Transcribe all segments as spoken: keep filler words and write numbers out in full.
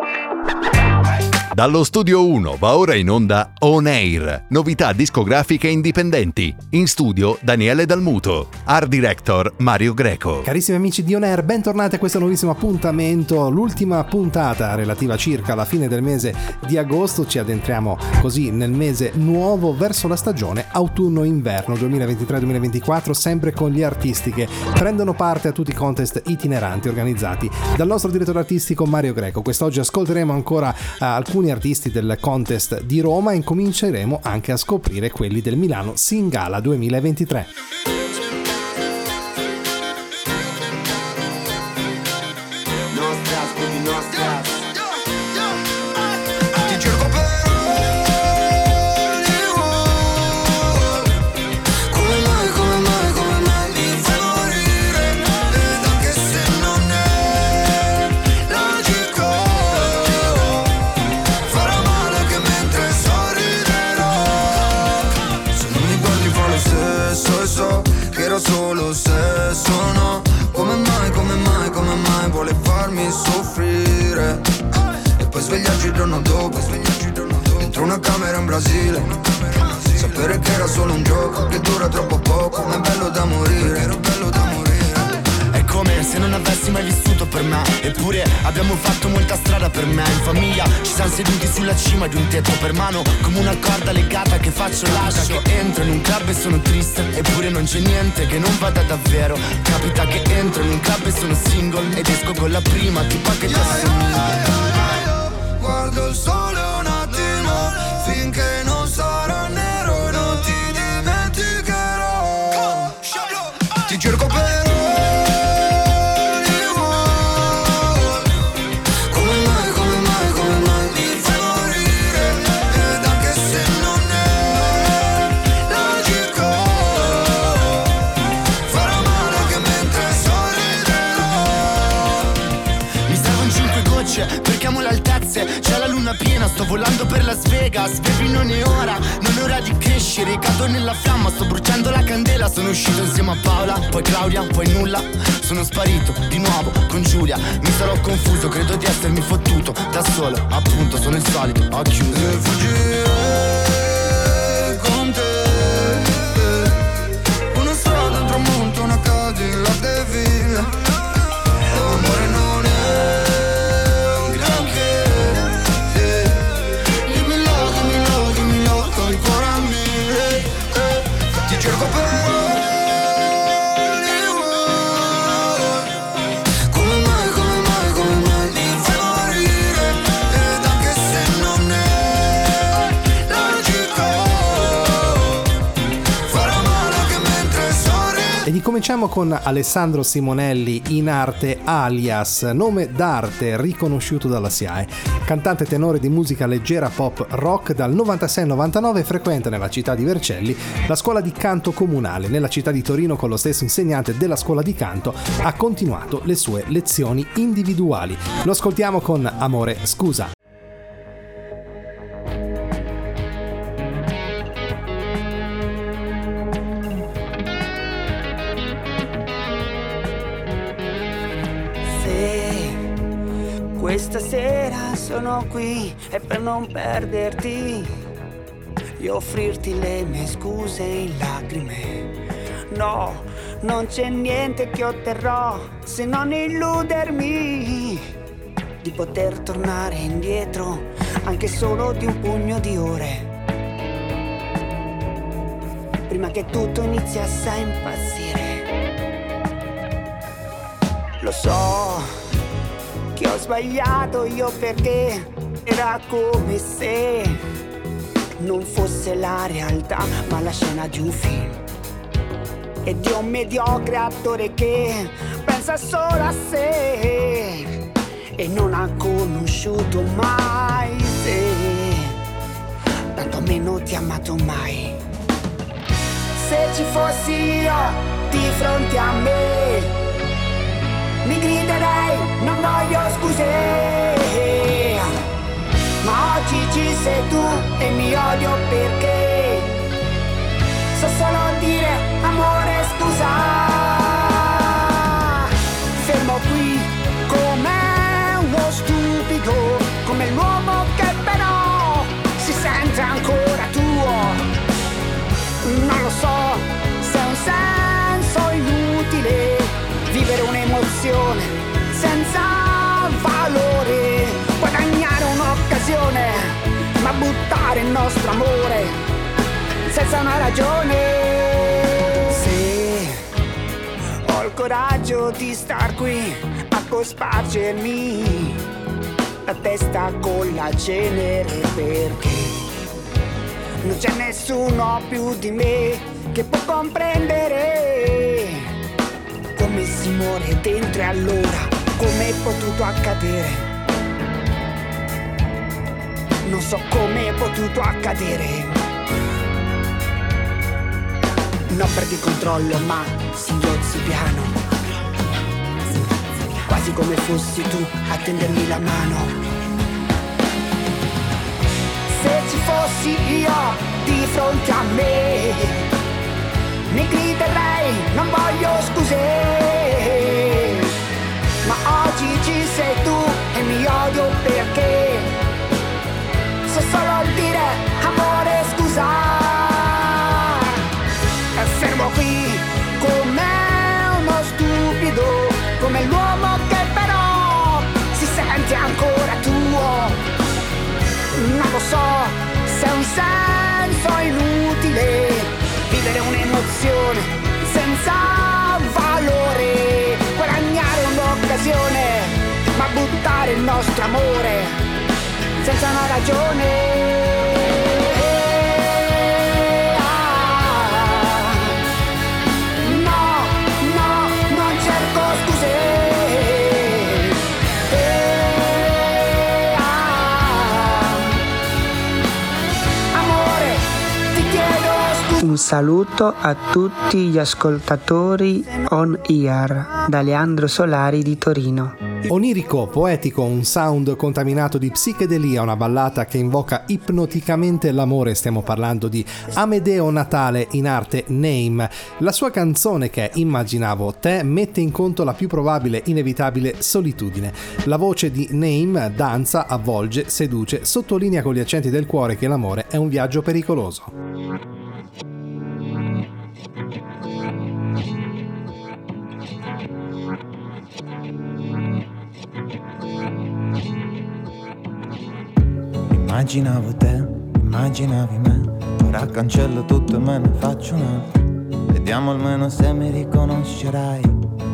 Dallo Studio uno va ora in onda On Air, novità discografiche indipendenti. In studio Daniele Dalmuto, Art Director Mario Greco. Carissimi amici di On Air, bentornati a questo nuovissimo appuntamento, l'ultima puntata relativa circa alla fine del mese di agosto. Ci addentriamo così nel mese nuovo verso la stagione autunno-inverno duemilaventitré duemilaventiquattro, sempre con gli artisti che prendono parte a tutti i contest itineranti organizzati dal nostro direttore artistico Mario Greco. Quest'oggi ascolteremo ancora uh, alcuni artisti del contest di Roma e incominceremo anche a scoprire quelli del Milano Singala duemilaventitré. Solo se sono come mai, come mai, come mai vuole farmi soffrire e poi svegliarci il giorno dopo, dentro una camera in Brasile, sapere che era solo un gioco che dura troppo poco, ma è bello da morire, era bello da morire. È come se non avessi mai vissuto per me, eppure abbiamo fatto molta strada per me. In famiglia ci siamo seduti sulla cima di un tetto per mano, come una corda legata che faccio lascio. Che entro in un club e sono triste, eppure non c'è niente che non vada davvero. Capita che entro in un club e sono single ed esco con la prima tipa che ti assomiglia. Guardo il sole un attimo finché non sarà nero e non ti dimenticherò. Ti cerco per perché amo le altezze, c'è la luna piena, sto volando per Las Vegas. Baby non è ora, non è ora di crescere, cado nella fiamma, sto bruciando la candela. Sono uscito insieme a Paola, poi Claudia, poi nulla. Sono sparito di nuovo con Giulia, mi sarò confuso, credo di essermi fottuto da solo, appunto sono il solito, ho chiuso. E fuggire con te, una strada, un tramonto, una Cadillac de Villa. Amore non è cerco per Hollywood. Come mai, come mai, come mai mi fai morire? Ed anche se non è logico, farà male anche mentre sorridi. Ed incominciamo con Alessandro Simonelli, in arte alias, nome d'arte riconosciuto dalla S I A E. Cantante tenore di musica leggera pop rock, dal novantasei al novantanove frequenta nella città di Vercelli la scuola di canto comunale. Nella città di Torino, con lo stesso insegnante della scuola di canto, ha continuato le sue lezioni individuali. Lo ascoltiamo con Amore scusa. Questa sera sono qui e per non perderti e offrirti le mie scuse in lacrime. No, non c'è niente che otterrò se non illudermi di poter tornare indietro anche solo di un pugno di ore, prima che tutto iniziasse a impazzire. Lo so che ho sbagliato io, perché era come se non fosse la realtà ma la scena di un film e di un mediocre attore che pensa solo a sé e non ha conosciuto mai te, tanto meno ti ha amato mai. Se ci fossi io di fronte a me mi griderei non voglio scuse, ma oggi ci sei tu e mi odio perché so solo dire amore scusa. Fermo qui come uno stupido un'emozione, ma buttare il nostro amore senza una ragione. Se ho il coraggio di star qui a cospargermi la testa con la cenere, perché non c'è nessuno più di me che può comprendere come si muore dentro. E allora come è potuto accadere? Non so come è potuto accadere. Non perdi controllo ma singhiozzi piano, quasi come fossi tu a tendermi la mano. Se ci fossi io di fronte a me, mi griderei non voglio scuse, ma oggi ci sei tu e mi odio perché so solo dire amore scusa. E fermo qui come uno stupido, come l'uomo che però si sente ancora tuo. Non lo so se è un senso inutile vivere un'emozione senza valore, guadagnare un'occasione ma buttare il nostro amore senza una ragione. Un saluto a tutti gli ascoltatori On Air da Leandro Solari di Torino. Onirico, poetico, un sound contaminato di psichedelia, una ballata che invoca ipnoticamente l'amore. Stiamo parlando di Amedeo Natale, in arte Name. La sua canzone, che è Immaginavo te, mette in conto la più probabile, inevitabile solitudine. La voce di Name danza, avvolge, seduce, sottolinea con gli accenti del cuore che l'amore è un viaggio pericoloso. Immaginavo te, immaginavi me, ora cancello tutto e me ne faccio un altro. Vediamo almeno se mi riconoscerai.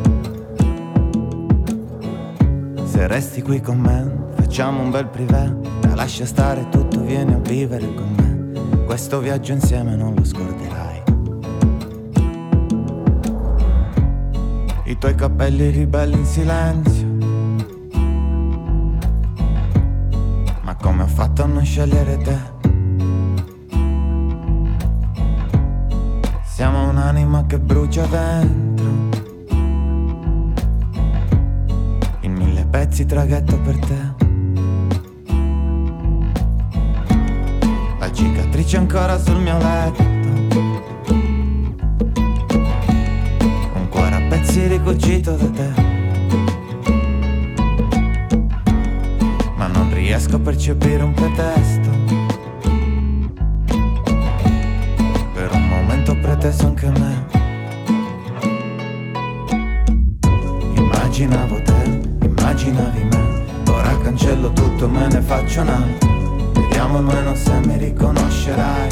Se resti qui con me, facciamo un bel privé. La lascia stare tutto, vieni a vivere con me. Questo viaggio insieme non lo scorderai. I tuoi capelli ribelli in silenzio, come ho fatto a non scegliere te? Siamo un'anima che brucia dentro, in mille pezzi traghetto per te. La cicatrice ancora sul mio letto, un cuore a pezzi ricucito da te. Riesco a percepire un pretesto, per un momento ho preteso anche me. Immaginavo te, immaginavi me, ora cancello tutto e me ne faccio un altro. Vediamo almeno se mi riconoscerai.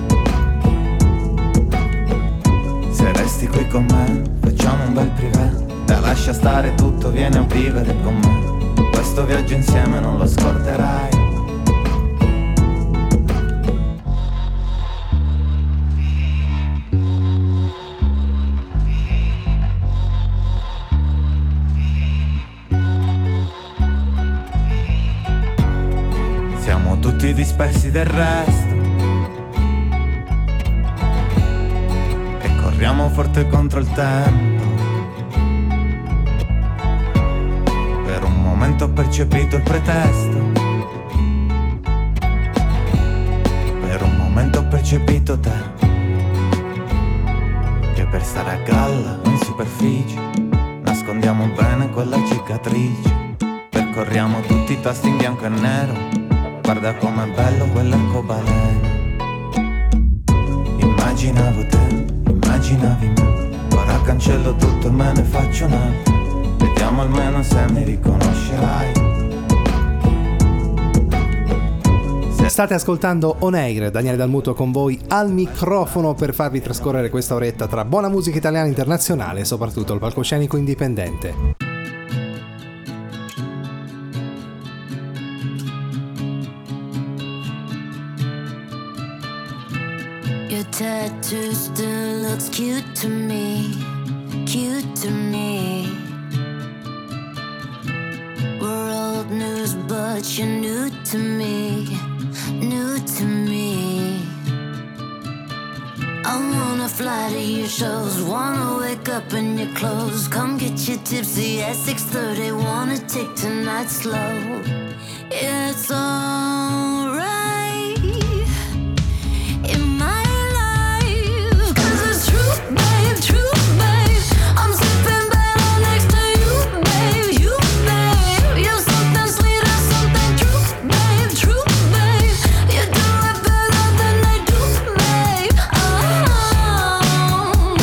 Se resti qui con me, facciamo un bel privé. Te lascia stare tutto, vieni a vivere con me. Questo viaggio insieme non lo scorderai. Siamo tutti dispersi del resto e corriamo forte contro il tempo. Ho percepito il pretesto, per un momento ho percepito te, che per stare a galla in superficie nascondiamo bene quella cicatrice. Percorriamo tutti i tasti in bianco e nero, guarda com'è bello quell'arcobaleno. Immaginavo te, immaginavi me, ora cancello tutto e me ne faccio un altro. Vediamo almeno se mi riconoscerai. State ascoltando On Air, Daniele Dalmuto con voi al microfono per farvi trascorrere questa oretta tra buona musica italiana e internazionale e soprattutto il palcoscenico indipendente. Your tattoo still looks cute to me, cute to me. We're old news, but you're new to me, new to me. I wanna fly to your shows, wanna wake up in your clothes. Come get you tipsy at six thirty, wanna take tonight slow. It's alright in my life, 'cause it's true, babe, true, babe. I'm sleeping better next to you, babe, you, babe. You're something sweet and something true, babe, true, babe. You do it better than I do, babe. Oh.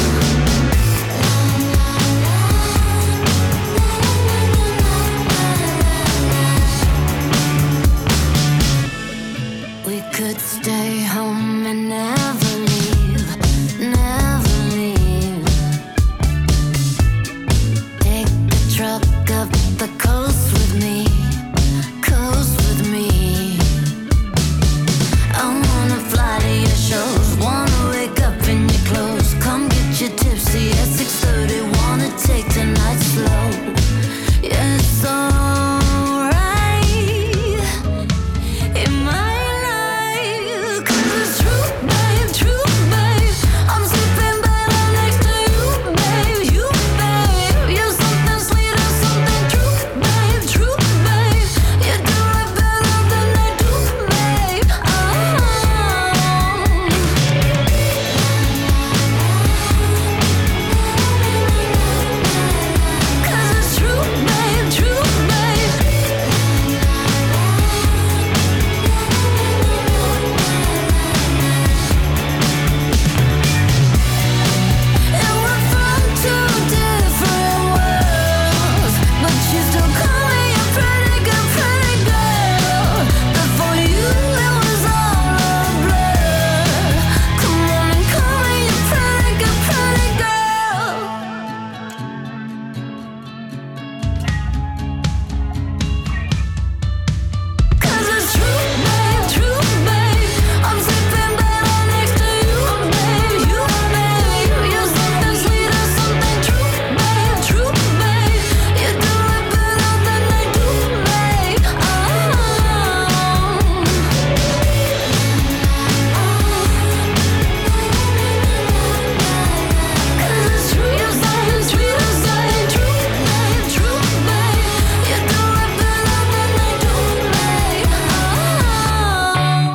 We could stay home and never leave, never leave. Take the truck up the coast with me, coast with me. I wanna fly to your shows, wanna wake up in your clothes. Come get you tipsy at six thirty, wanna take tonight slow. Yeah, it's alright in my life, 'cause it's true, babe, true, babe. I'm sleeping better next to you, babe, you, babe. You're something sweet and something true, babe, true, babe. You do it better than I do, babe. Oh. 'Cause it's true, babe, true, babe. And we're from two different worlds, but you still call me a pretty good, pretty girl. Before you, it was all a blur. Come on and call me a pretty good, pretty girl. 'Cause it's true, babe, true, babe. I'm sleeping better next to you, babe, you, babe. You're something sweet and something true, babe, true, babe. You do it better than I do, babe. Oh. 'Cause it's true, you're something sweet and something true, babe, true, babe. You do it better than I do, babe. Oh.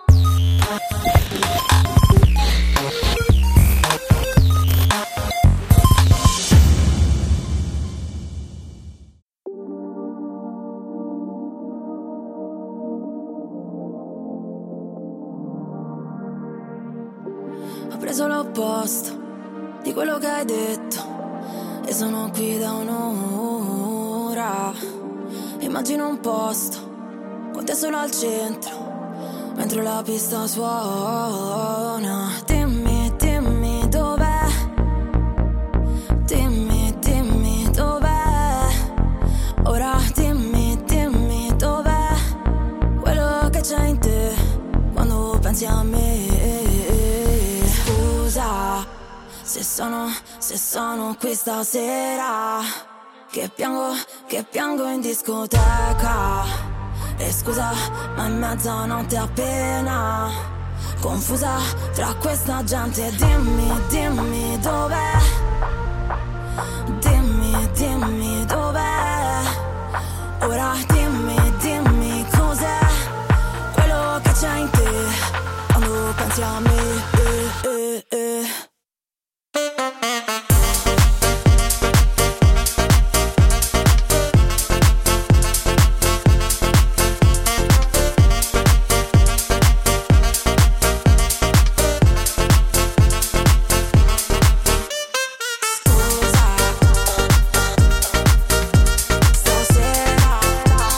Ho preso l'opposto di quello che hai detto e sono qui da un'ora. Immagino un posto con te solo al centro, mentre la pista suona. Dimmi, dimmi dov'è, dimmi, dimmi dov'è. Ora dimmi, dimmi dov'è quello che c'è in te quando pensi a me. Scusa se sono, se sono qui stasera, che piango, che piango in discoteca. E scusa, ma è mezzanotte appena, confusa tra questa gente. Dimmi, dimmi dov'è, dimmi, dimmi dov'è. Ora dimmi, dimmi cos'è quello che c'è in te quando pensi a me. Eh, eh, eh. Stasera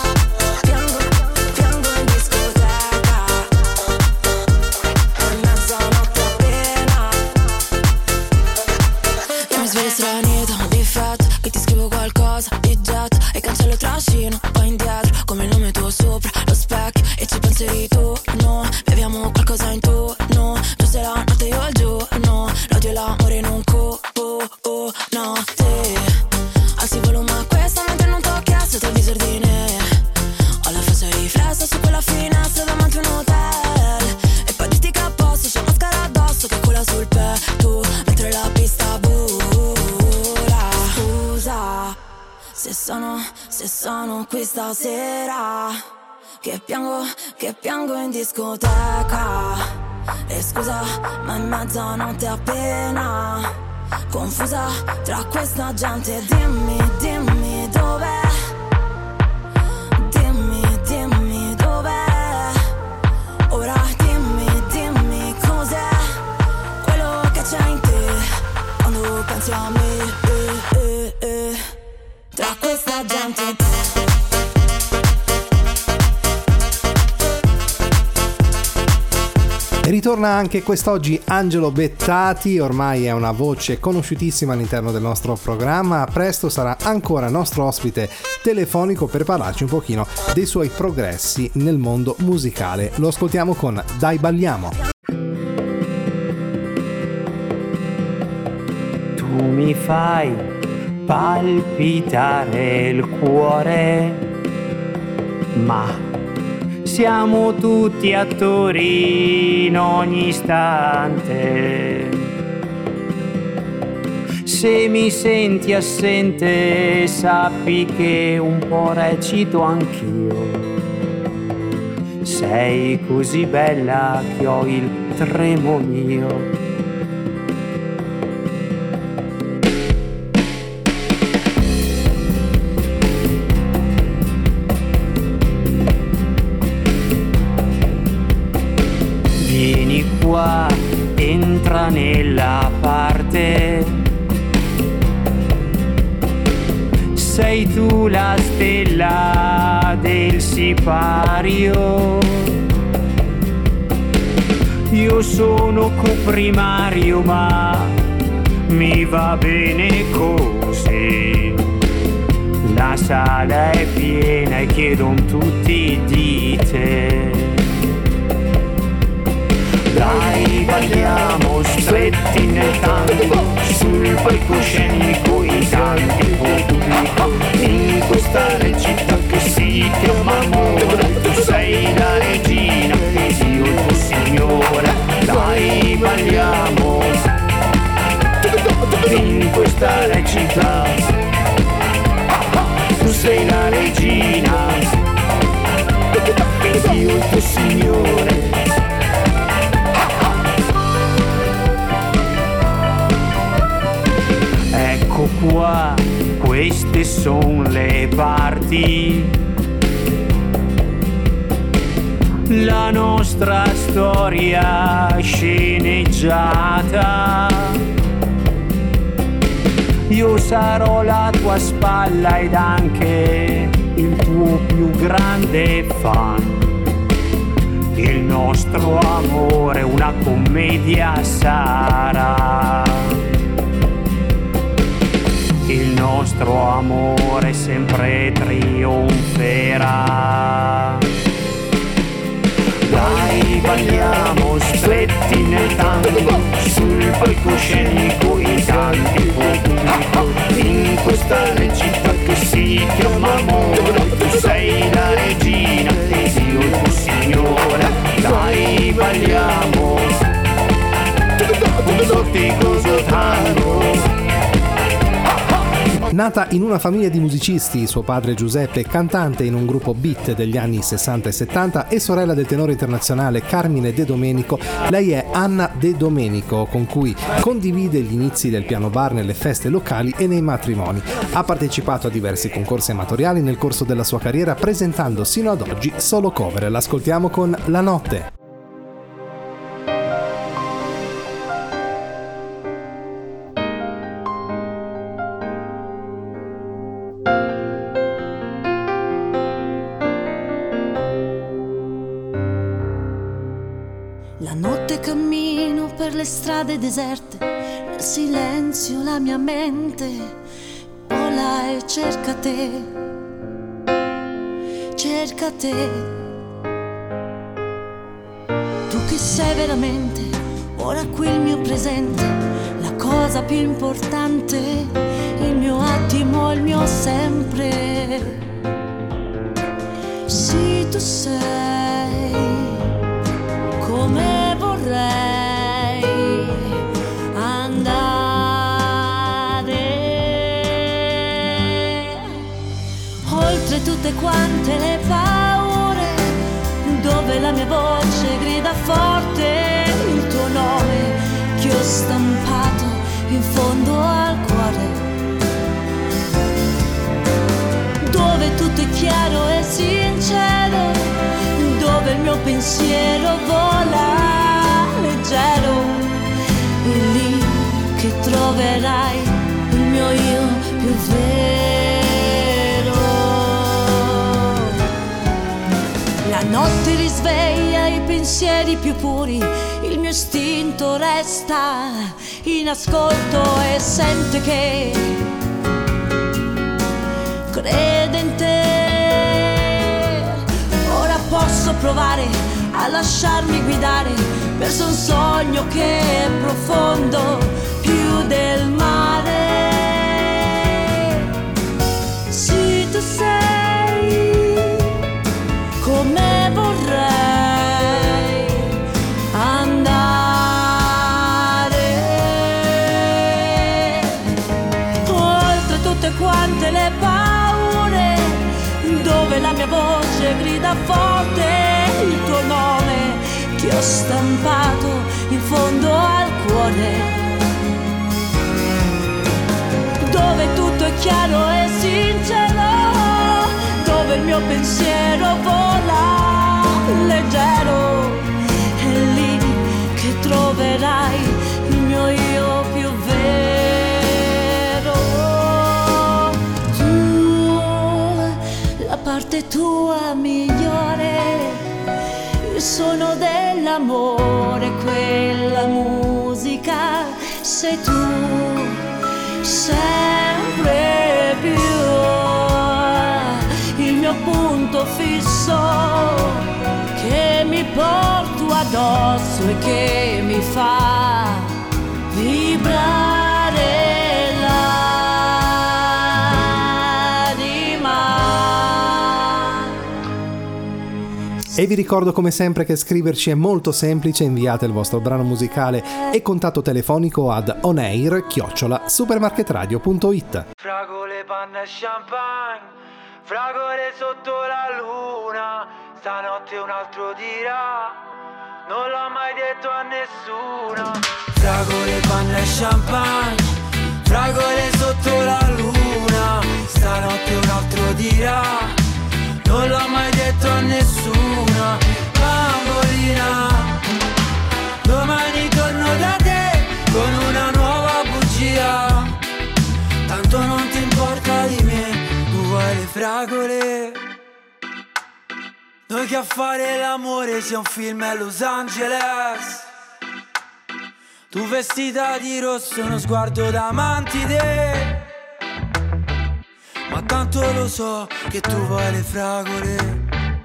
riflesso su quella finestra davanti a un hotel. E poi dici che a posto, c'è mascara addosso che cola sul petto mentre la pista vola. Scusa se sono, se sono qui stasera, che piango, che piango in discoteca. E scusa, ma è mezzanotte appena, confusa tra questa gente. Dimmi, dimmi dov'è, dimmi, dimmi dov'è. Ora dimmi, dimmi cos'è quello che c'è in te quando pensi a me, eh, eh, eh. Tra questa gente. E ritorna anche quest'oggi Angelo Bettati, ormai è una voce conosciutissima all'interno del nostro programma. Presto sarà ancora nostro ospite telefonico per parlarci un pochino dei suoi progressi nel mondo musicale. Lo ascoltiamo con Dai balliamo. Tu mi fai palpitare il cuore, ma siamo tutti attori in ogni istante. Se mi senti assente, sappi che un po' recito anch'io. Sei così bella che ho il tremo mio. Entra nella parte, sei tu la stella del sipario, io sono coprimario ma mi va bene così. La sala è piena e chiedono tutti di te. Dai balliamo stretti nel tango, sul palcoscenico in tanti pubblico, in questa recita che si chiama amore. Tu sei la regina ed io il tuo signore. Dai balliamo in questa recita, tu sei la regina ed io il tuo signore. Ecco qua, queste son le parti, la nostra storia sceneggiata. Io sarò la tua spalla ed anche il tuo più grande fan. Il nostro amore una commedia sarà. Il nostro amore sempre trionferà. Dai balliamo stretti nel tango, sul palcoscenico in tanti pubblico, in questa recita che si chiama amore. Tu sei la regina ed io il tuo signore. Dai balliamo un vorticoso tango. Nata in una famiglia di musicisti, suo padre Giuseppe cantante in un gruppo beat degli anni sessanta e settanta e sorella del tenore internazionale Carmine De Domenico, lei è Anna De Domenico, con cui condivide gli inizi del piano bar nelle feste locali e nei matrimoni. Ha partecipato a diversi concorsi amatoriali nel corso della sua carriera, presentando sino ad oggi solo cover. L'ascoltiamo con La Notte. La notte cammino per le strade deserte, nel silenzio la mia mente vola e cerca te, cerca te. Tu che sei veramente, ora qui il mio presente, la cosa più importante, il mio attimo, il mio sempre. Sì, Sì, tu sei come vorrei andare, oltre tutte quante le paure, dove la mia voce grida forte il tuo nome che ho stampato in fondo al cuore, dove tutto è chiaro e sincero, dove il mio pensiero vola leggero, è lì che troverai il mio io più vero. La notte risveglia i pensieri più puri, il mio istinto resta in ascolto e sente che crede in te. Ora posso provare a lasciarmi guidare verso un sogno che è profondo più del mare. Sì, tu sei come vorrei andare, oltre tutte quante le paure, dove la mia voce grida forte il tuo nome che ho stampato in fondo al cuore, dove tutto è chiaro e sincero, dove il mio pensiero vola leggero, è lì che troverai il mio io più vero. Tu, la parte tua migliore, il suono dell'amore, quella musica, sei tu sempre più il mio punto fisso, che mi porto addosso e che mi fa vibrare l'anima. E vi ricordo come sempre che scriverci è molto semplice, inviate il vostro brano musicale e contatto telefonico ad onair chiocciola supermarketradio punto it. Fragole, panna e champagne, fragole sotto la luna, stanotte un altro dirà, non l'ho mai detto a nessuno. Fragole, panna e champagne, fragole sotto la luna, stanotte un altro dirà, non l'ho mai detto a nessuno. Bambolina, domani torno da te con una nuova bugia, tanto non ti importa di me, tu vuoi le fragole. Noi che a fare l'amore sia un film a Los Angeles, tu vestita di rosso, uno sguardo da mantide, ma tanto lo so che tu vuoi le fragole.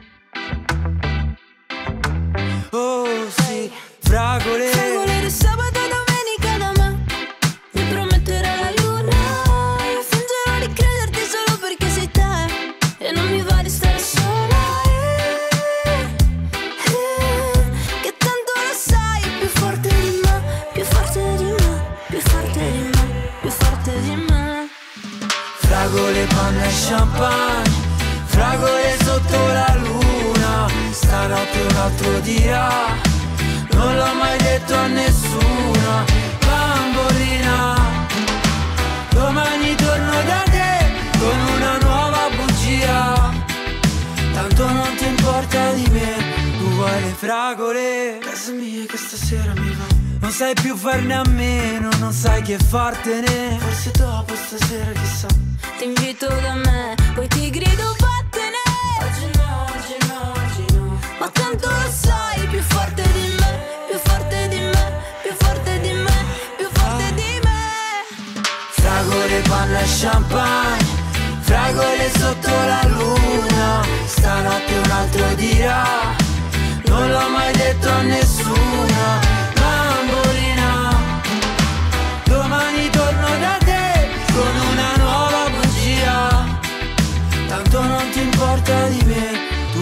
Oh sì, fragole. Fragole di sabato e domenica da me, mi prometterà la luna, io fingerò di crederti solo perché sei te e non mi va di stare sola, eh, eh, che tanto lo sai, più forte di me, più forte di me, più forte di me, più forte di me. Fragole, panna e champagne, fragole sotto la luna, stanotte un altro dirà, non l'ho mai detto a nessuno. Bambolina, domani torno da te con una nuova bugia, tanto non ti importa di me, tu vuoi le fragole. Casa mia che stasera mi va, non sai più farne a meno, non sai che fartene, forse dopo stasera chissà. Ti invito da me, poi ti grido vattene. Oggi no, oggi no, oggi no, ma tanto lo sai, più forte di me, più forte di me, più forte di me, più forte di me. Fragole, panna e champagne, fragole sotto la luna, stanotte un altro dirà, non l'ho mai detto a nessuno. Bambolina, domani torno da te con una nuova bugia, tanto non ti importa di me, tu vuoi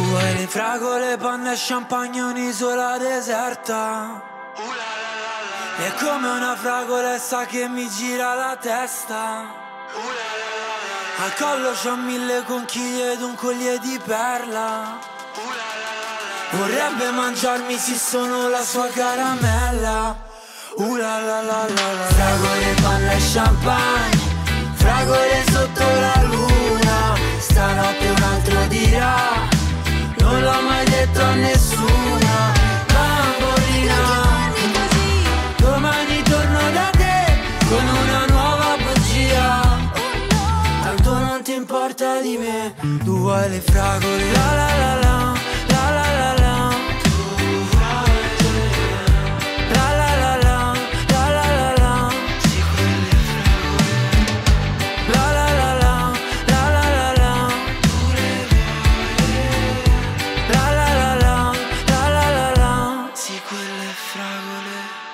fragole, panna e champagne, un'isola deserta. È come una fragolessa che mi gira la testa. Al collo c'ho mille conchiglie ed un collier di perla. Vorrebbe mangiarmi se sono la sua caramella. Uh la la la la la. Fragole, panna e champagne, fragole sotto la luna. Stanotte un altro dirà, non l'ho mai detto a nessuna. Bambolina, domani torno da te con una nuova bugia. Tanto non ti importa di me, tu vuoi le fragole. La la la la, la la la la. La la la la, la la la la. La la la la, la la la la. La la la la, la la la la. Sì, quelle fragole.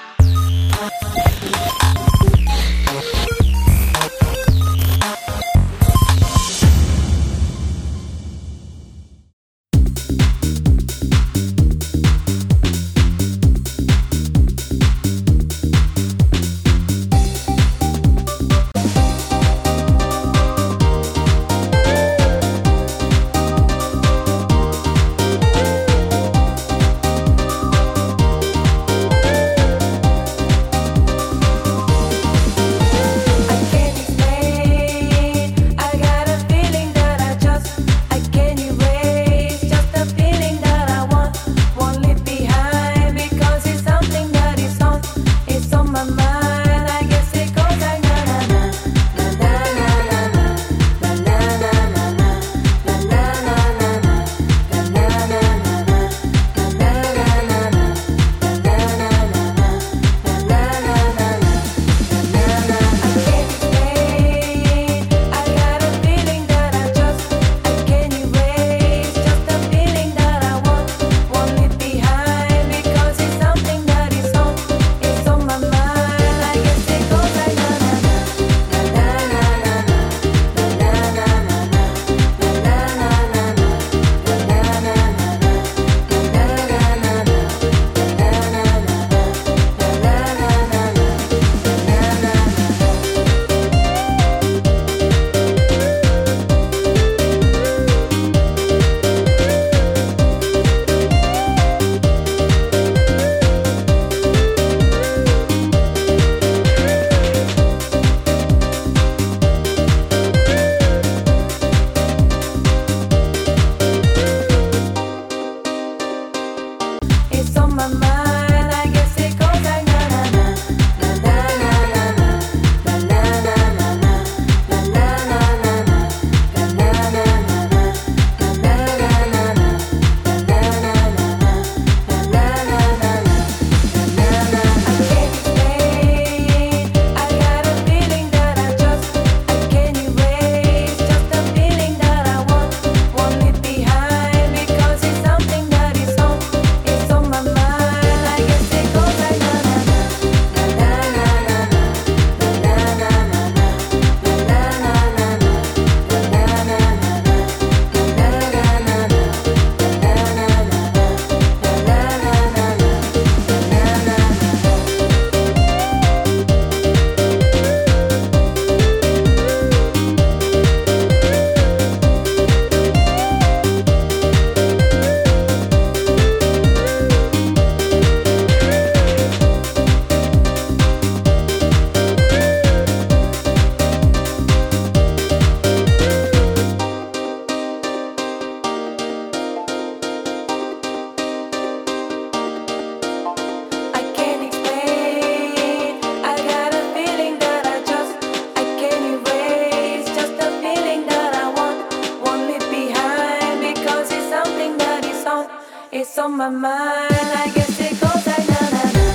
It's on my mind, I guess it goes like na na na.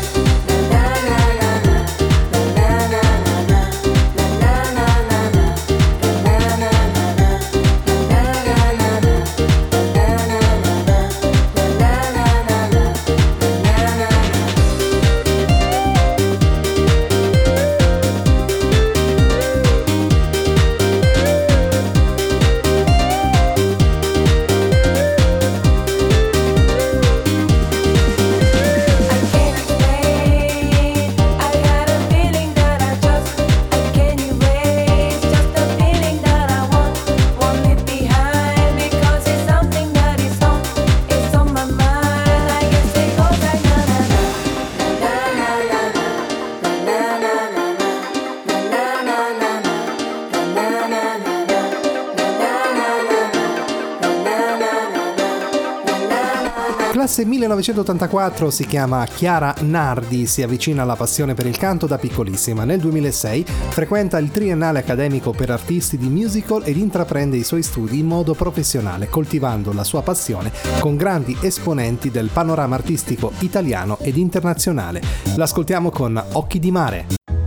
Classe millenovecentottantaquattro, si chiama Chiara Nardi, si avvicina alla passione per il canto da piccolissima. Nel duemilasei frequenta il triennale accademico per artisti di musical ed intraprende i suoi studi in modo professionale, coltivando la sua passione con grandi esponenti del panorama artistico italiano ed internazionale. L'ascoltiamo con Occhi di mare.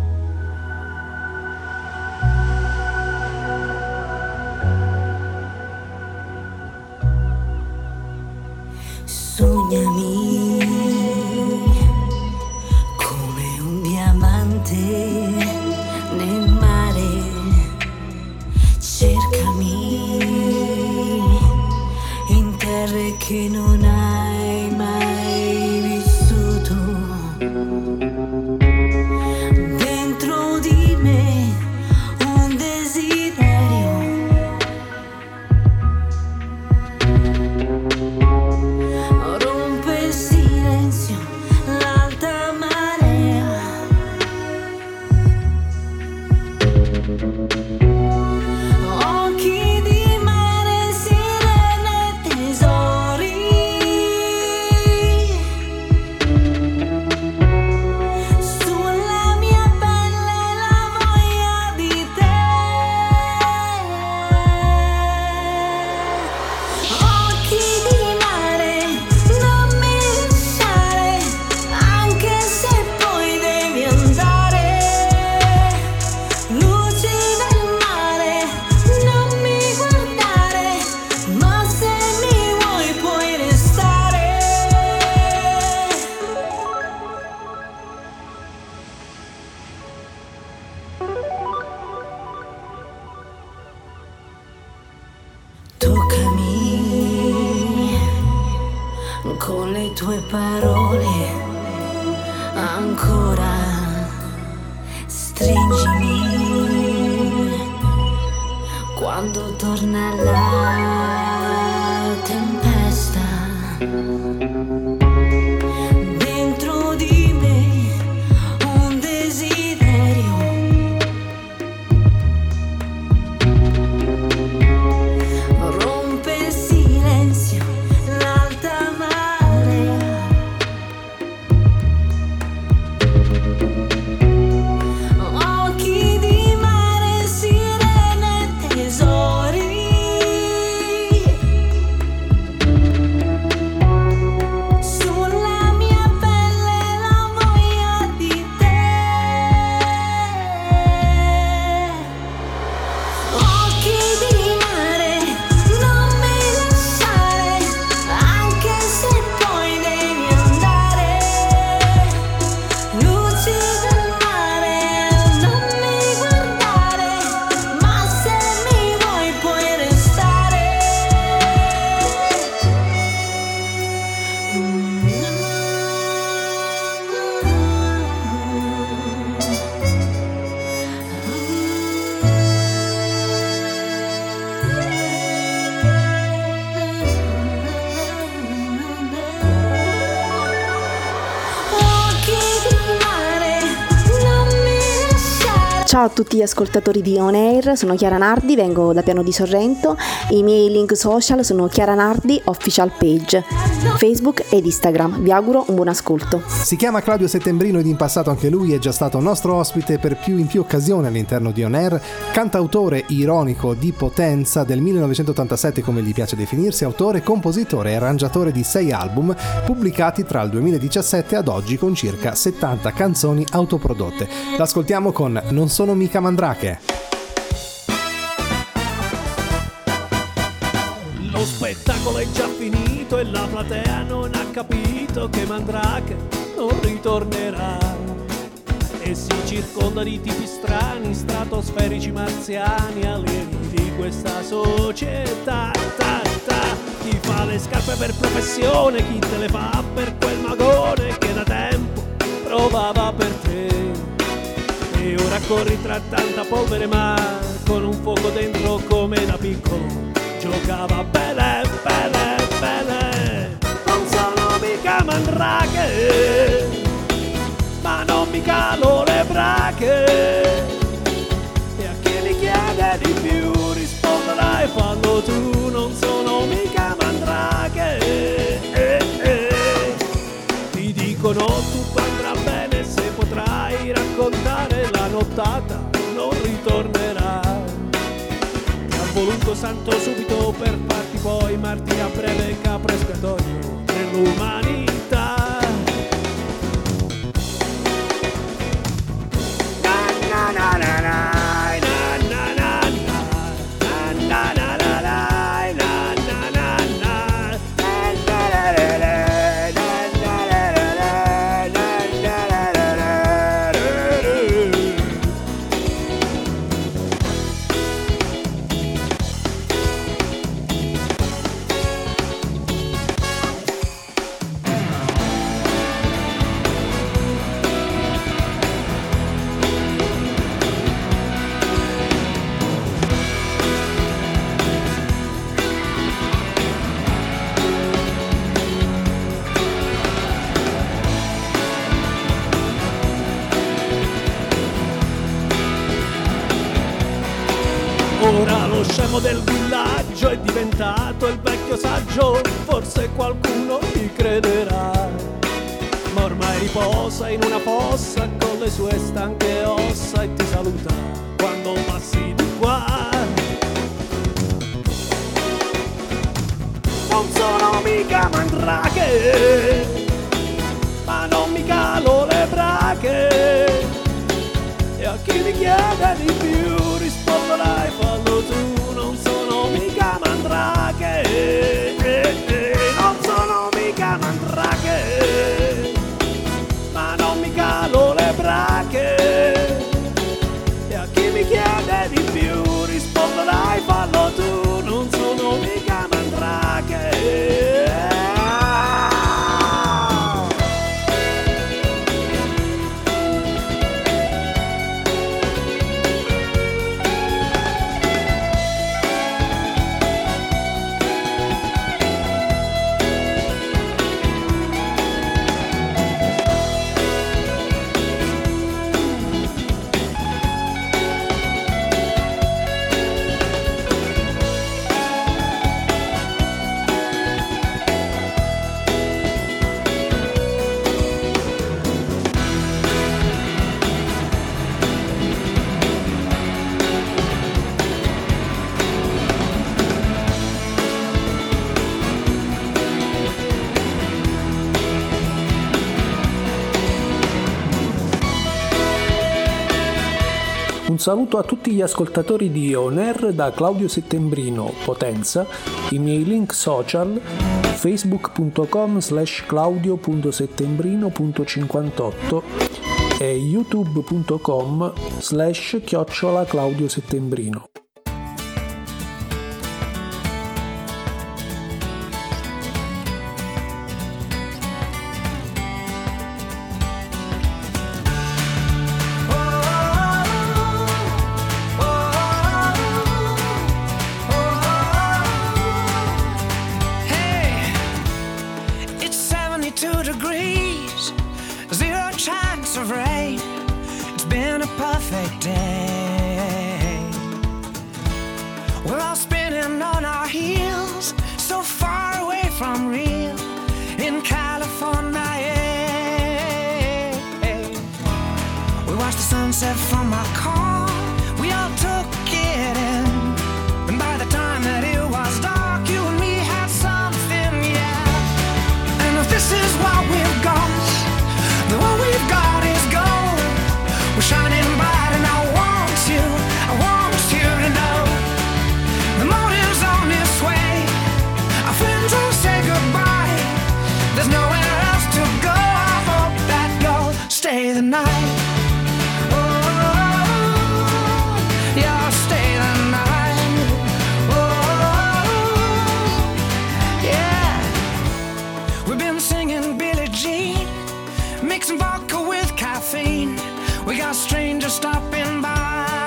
Sognami come un diamante nel mare, cercami in terre che non hai mai vissuto, dentro di me un desiderio. Occhi di mare, sirene, tesori. Sulla mia pelle la voglia di te. Occhi di mare, non mi lasciare, anche se poi devi andare. Luci del mare, non mi guardare, ma se mi vuoi puoi restare. Toccami con le tue parole, ancora stringimi quando torna la tempesta. Dentro di me un desiderio. Rompe il silenzio l'alta marea. Occhi di mare, sirene, tesori. Sulla mia pelle la voglia di te. Occhi di mare, non mi lasciare, anche se poi devi andare. Luci del mare, non mi guardare, ma se mi vuoi puoi restare. Occhi di mare, non mi lasciare. Ciao a tutti gli ascoltatori di On Air, sono Chiara Nardi, vengo da Piano di Sorrento. I miei link social sono Chiara Nardi Official Page, Facebook ed Instagram. Vi auguro un buon ascolto. Si chiama Claudio Settembrino ed in passato anche lui è già stato nostro ospite per più in più occasioni all'interno di On Air. Cantautore ironico di potenza del millenovecentottantasette, come gli piace definirsi, autore, compositore e arrangiatore di sei album pubblicati tra il duemiladiciassette ad oggi con circa settanta canzoni autoprodotte. L'ascoltiamo con Non sono mica Mandrake. Lo spettacolo è già finito e la platea non ha capito che Mandrake non ritornerà. E si circonda di tipi strani, stratosferici marziani, allievi di questa società. Ta, ta. Chi fa le scarpe per professione, chi te le fa per quel magone che da tempo provava per te. E ora corri tra tanta polvere, ma con un fuoco dentro come da piccolo giocava bene, bene, bene. Non sono mica Mandrake, ma non mi calo le brache. E a chi mi chiede di più risponderai fallo tu. Non sono mica Mandrake, eh, eh. Spirito Santo subito per farti poi martire a breve capro espiatorio dell'umanità. Na na na na. Ora lo scemo del villaggio è diventato il vecchio saggio, forse qualcuno gli crederà, ma ormai riposa in una fossa con le sue stanche ossa e ti saluta quando passi di qua. Non sono mica mandrache, ma non mi calo le brache, e a chi mi chiede di più rispondo dai fallo tu, non sono mica mandrache, eh, eh, non sono mica mandrache, ma non mi calo le brache, e a chi mi chiede di più rispondo dai fallo tu, non sono mica mandrache. Un saluto a tutti gli ascoltatori di On Air da Claudio Settembrino, Potenza, i miei link social facebook.com slash claudio.settembrino.cinquantotto e youtube.com slash chiocciola Claudio Settembrino. Sunset from my car, we all took it in, and by the time that it was dark, you and me had something, yeah. And if this is what we've got, then what we've got is gold. We're shining bright, and I want you, I want you to know the morning's on its way. Our friends will say goodbye. There's nowhere else to go. I hope that you'll stay the night. Mixing vodka with caffeine, we got strangers stopping by.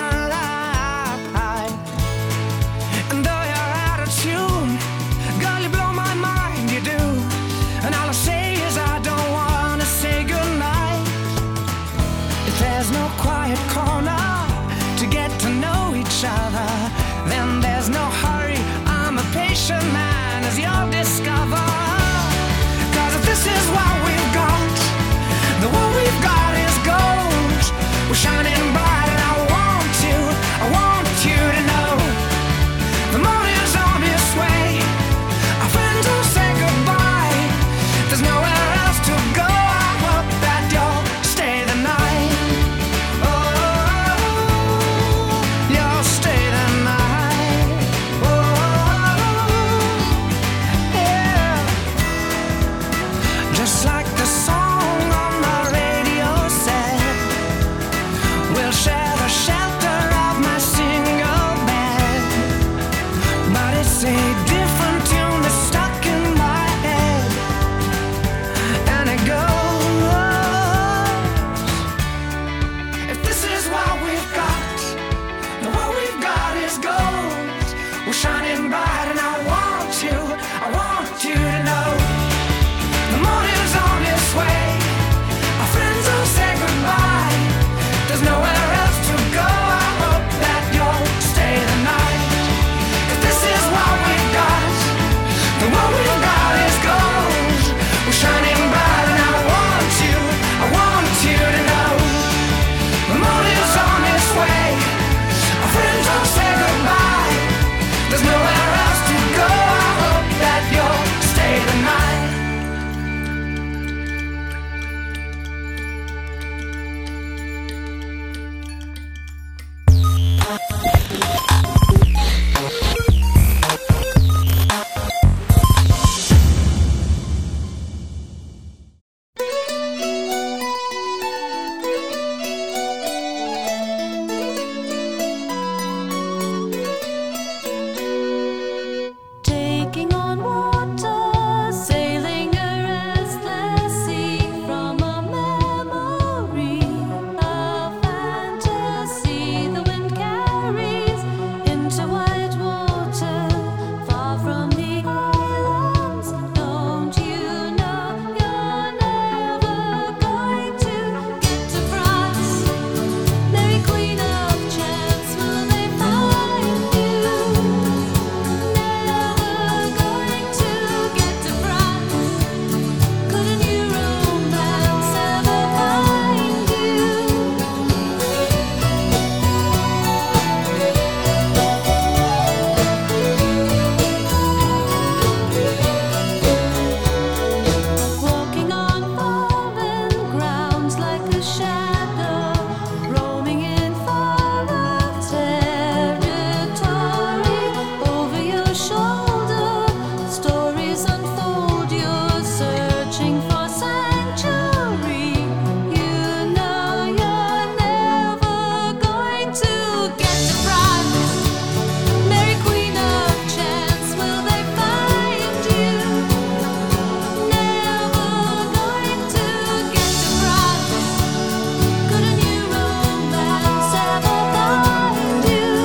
And though you're out of tune, girl, you blow my mind, you do. And all I say is I don't wanna say goodnight. If there's no quiet corner to get to know each other, then there's no hurry, I'm a patient man, as you'll discover. Cause if this is what we've got, the what we've got is gold. We're just like the song on the radio said. We'll share the shelter of my single bed, but it's a different tune that's stuck in my head, and it goes, if this is what we've got, then what we've got is gold. We're shining bright and I want you, I want you to know the morning's on its way. Our friends will say goodbye. There's nowhere else to go. I hope that you'll stay the night. If this is what we've got, then what we've got is gold. We're shining bright and I want you, I want you to know the morning's on its way. Our friends will say goodbye. There's nowhere else to go. I hope that you'll stay the night. Taking on water, sailing a restless sea from a memory, a fantasy the wind carries into white water, far from the islands. Don't you know you're never going to get to France? Mary Queen of Chance, will they find you? Never going to get to France. Could a new romance ever find you? Walking on foreign grounds like a shadow, roaming in foreign territory. Over your shoulder, stories unfold. You're searching for sanctuary. You know you're never going to get to France. Mary Queen of Chance, will they find you? Never going to get to France. Could a new romance ever find you?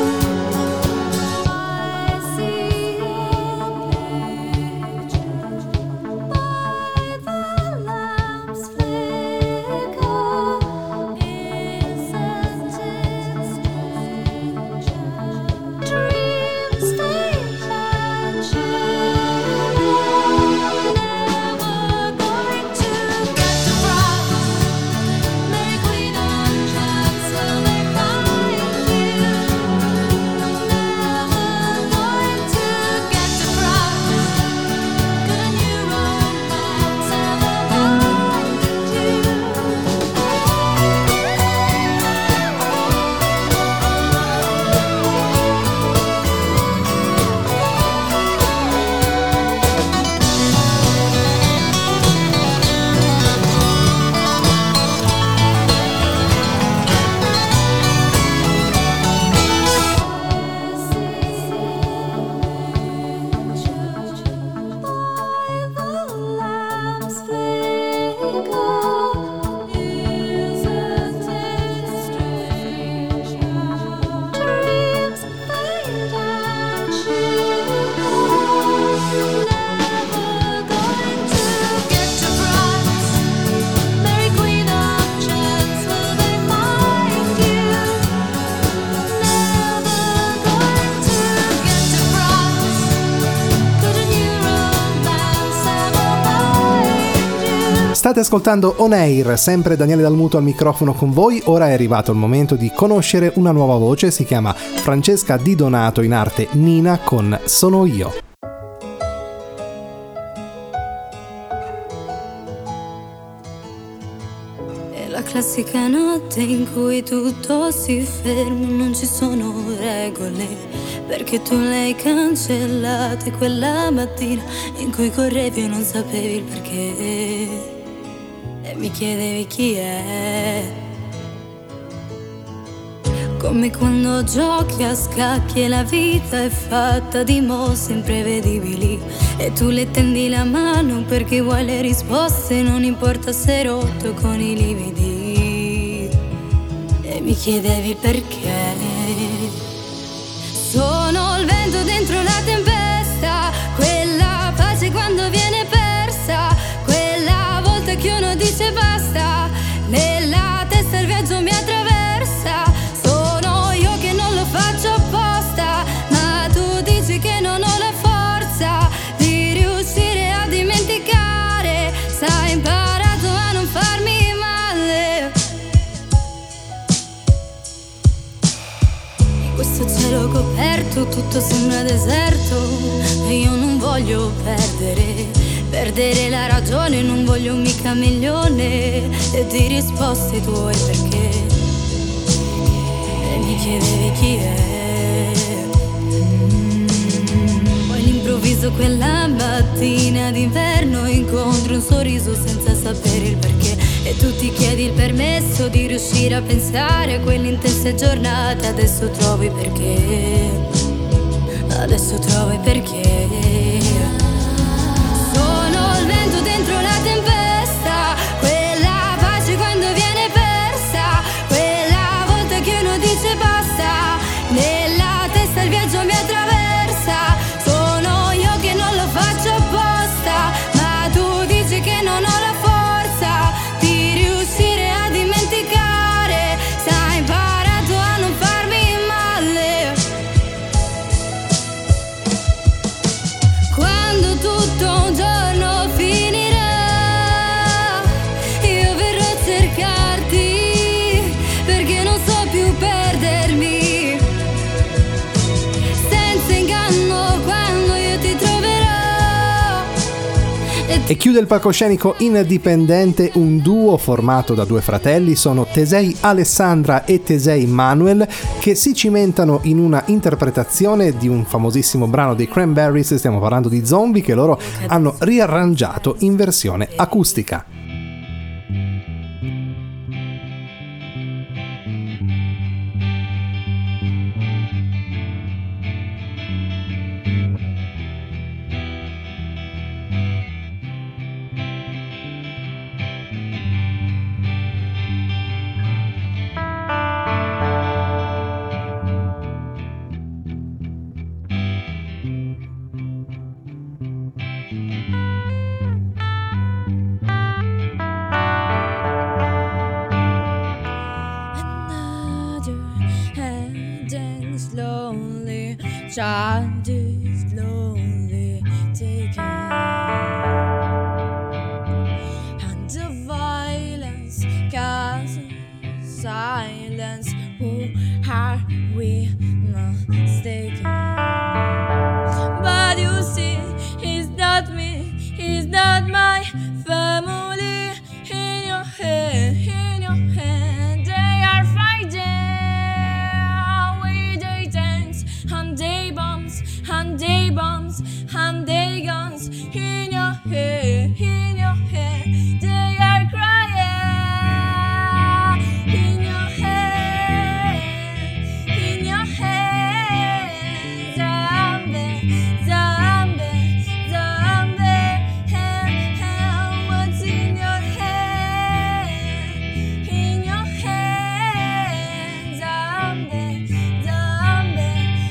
I see your picture by the lamp's flicker. Isn't it strange? Dreams fade and shine. Never going to get to France. Mary Queen of Chance, will they find you? Never going to get to France. Could a new romance ever find you? State ascoltando On Air, sempre Daniele Dalmuto al microfono con voi. Ora è arrivato il momento di conoscere una nuova voce, si chiama Francesca Di Donato, in arte Nina, con Sono Io. È la classica notte in cui tutto si ferma, non ci sono regole, perché tu le hai cancellate quella mattina in cui correvi e non sapevi il perché. e mi chiedevi chi è. Come quando giochi a scacchi e la vita è fatta di mosse imprevedibili e tu le tendi la mano perché vuoi le risposte, non importa se è rotto con i lividi. E mi chiedevi perché. Sono il vento dentro la tempesta, quella pace quando viene persa, quella volta che uno dice basta, nella testa il viaggio mi attraversa. Sono io che non lo faccio apposta, ma tu dici che non ho la forza di riuscire a dimenticare. Sai, imparato a non farmi male. In questo cielo coperto tutto sembra deserto e io non voglio perdere Perdere la ragione, non voglio mica milione di risposte tue perché. E mi chiedevi chi è. Poi all'improvviso quella mattina d'inverno incontro un sorriso senza sapere il perché. E tu ti chiedi il permesso di riuscire a pensare a quelle intense giornate. Adesso trovi perché. Adesso trovi perché. Dentro la tempesta, quella pace quando viene persa, quella volta che uno dice basta, nella testa il viaggio mi attraversa. Sono io che non lo faccio apposta, ma tu dici che non ho la forza di riuscire a dimenticare. Sai, imparato a non farmi male. Quando tutto un giorno finirà, E chiude il palcoscenico indipendente un duo formato da due fratelli, sono Tesei Alessandra e Tesei Manuel, che si cimentano in una interpretazione di un famosissimo brano dei Cranberries, stiamo parlando di Zombie, che loro hanno riarrangiato in versione acustica. Child is slowly taken, and the violence causes silence. Who are we mistaken? But you see, it's not me, it's not my family. In your head, in your hand, they are fighting. And they bombs, and they bombs, and they guns in your head, in your head. They are crying in your head, in your head. Zombie, zombie, zombie. What's in your head, in your head? Zombie, zombie.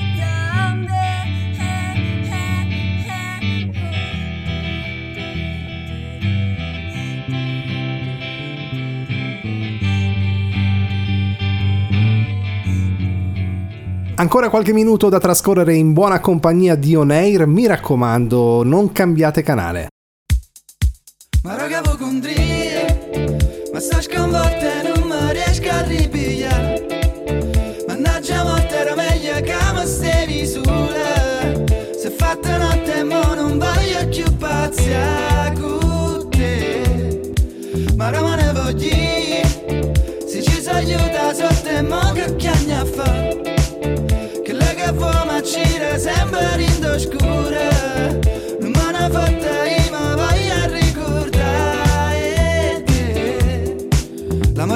Ancora qualche minuto da trascorrere in buona compagnia di On Air, mi raccomando, non cambiate canale. Ma raga vo condrie, ma sta sconvolta e non mi riesco a ripigliare. Mannaggia morte, era meglio che mi stevi sola. Se è fatta notte e mo non voglio più pazzia con te. Ma ora me ne voglio, se ci si aiuta sotto e mo che chiagna fa. Che lei che vuoi ma gira sempre in oscura. Non me ne fotta io ma voglio ricordare te.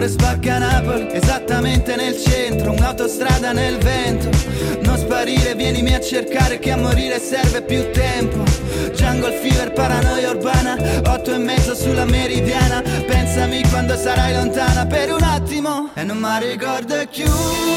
L'amore spacca Napoli, esattamente nel centro, un'autostrada nel vento. Non sparire, vienimi a cercare che a morire serve più tempo. Jungle fever, paranoia urbana, otto e mezzo sulla meridiana. Pensami quando sarai lontana per un attimo e non mi ricordo più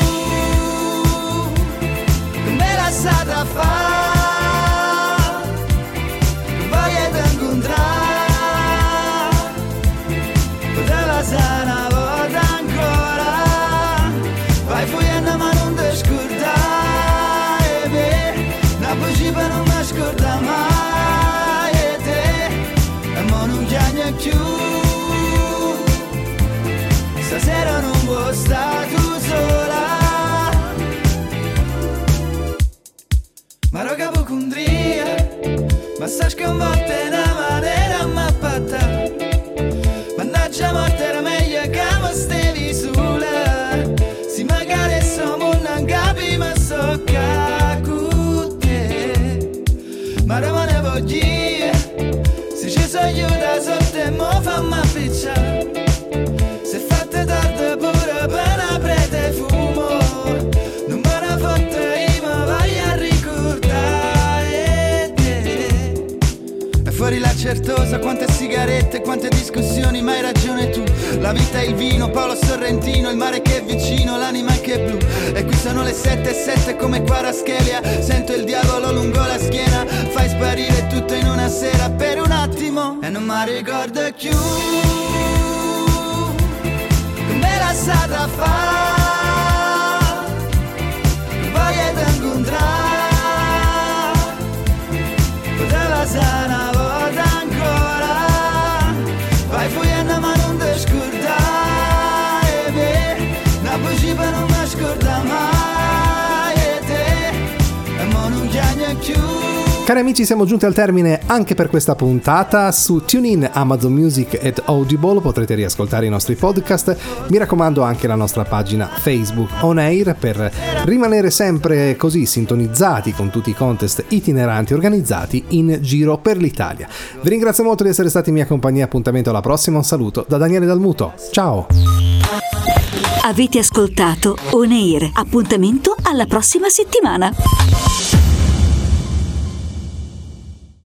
come la stata fa. Voglio te incontrare, poteva essere una volta ancora. Vai fuggendo ma non ti scordare me, una voce per non mi scorda mai e te. E mo non chiami più, stasera non vuoi stare tu sola. Ma roga pocondria, ma sta sconvolta in una maniera mappatta. Mannaggia morte, era meglio che mi stevi sola. Si magari siamo non capi ma so che con te. Ma rimane voglio, se ci sono io da sotto e mo fammi appicciare. Se fate tardi pure per aprire fumo, non me ne fotte io ma vai a ricordare te. E fuori la certosa, quante sigarette, quante discussioni, ma hai ragione tu. La vita è il vino, Paolo Sorrentino, il mare che è vicino, l'anima che è blu. E qui sono le sette e sette come qua Raschelia. Sento il diavolo lungo la schiena, fai sparire tutto in una sera per un attimo e non mi ricordo più come la stata fa. Voglio te incontrare, poteva essere una volta ancora. Vai fuggendo ma non ti scordare me, una voce per non mi scorda mai e te. E mo non chiami più. Cari amici, siamo giunti al termine anche per questa puntata. Su TuneIn, Amazon Music ed Audible potrete riascoltare i nostri podcast. Mi raccomando anche la nostra pagina Facebook On Air per rimanere sempre così sintonizzati con tutti i contest itineranti organizzati in giro per l'Italia. Vi ringrazio molto di essere stati in mia compagnia. Appuntamento alla prossima. Un saluto da Daniele Dalmuto. Ciao. Avete ascoltato On Air. Appuntamento alla prossima settimana.